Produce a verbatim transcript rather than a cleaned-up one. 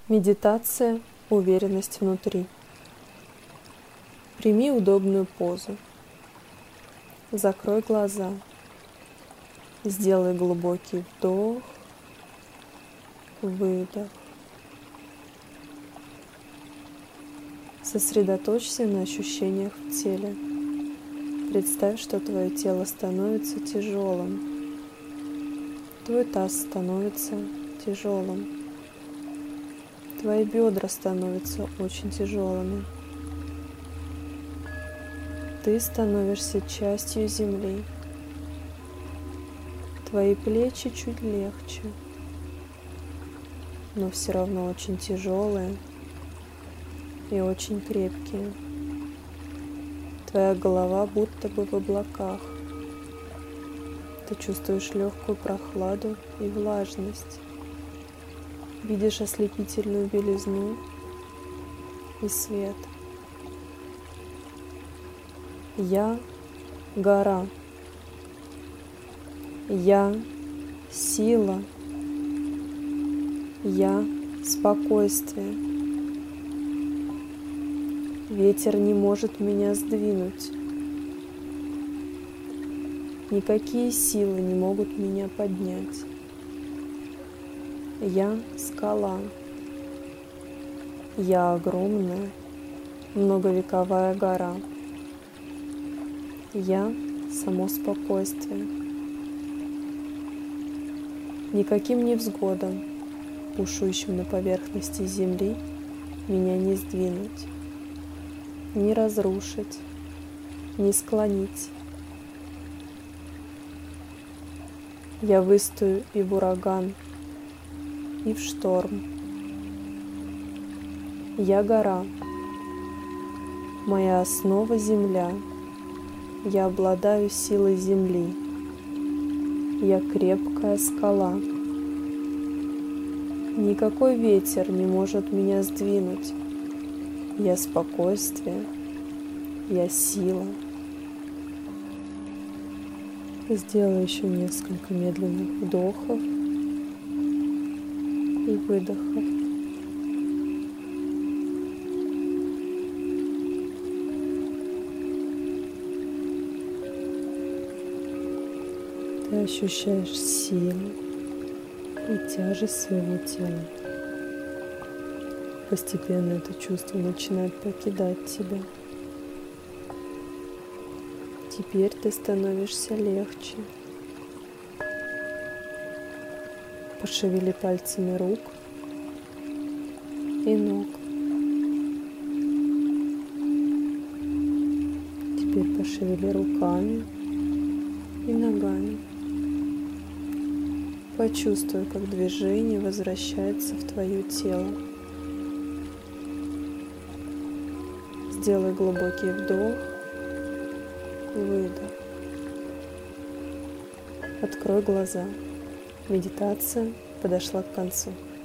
Медитация, уверенность внутри. Прими удобную позу. Закрой глаза. Сделай глубокий вдох, выдох. Сосредоточься на ощущениях в теле. Представь, что твое тело становится тяжелым. Твой таз становится тяжелым. Твои бедра становятся очень тяжелыми. Ты становишься частью земли. Твои плечи чуть легче, но все равно очень тяжелые и очень крепкие. Твоя голова будто бы в облаках. Ты чувствуешь легкую прохладу и влажность. Видишь ослепительную белизну и свет. Я — гора. Я — сила. Я — спокойствие. Ветер не может меня сдвинуть. Никакие силы не могут меня поднять. Я — скала. Я — огромная, многовековая гора. Я — само спокойствие. Никаким невзгодам, бушующим на поверхности земли, меня не сдвинуть, не разрушить, не склонить. Я выстою и в ураган, и в шторм. Я — гора. Моя основа — земля. Я обладаю силой земли. Я крепкая скала. Никакой ветер не может меня сдвинуть. Я спокойствие. Я сила. Сделай еще несколько медленных вдохов и выдохов. Ты ощущаешь силу и тяжесть своего тела. Постепенно это чувство начинает покидать тебя. Теперь ты становишься легче. Пошевели пальцами рук и ног. Теперь пошевели руками и ногами. Почувствуй, как движение возвращается в твое тело. Сделай глубокий вдох, выдох. Открой глаза. Медитация подошла к концу.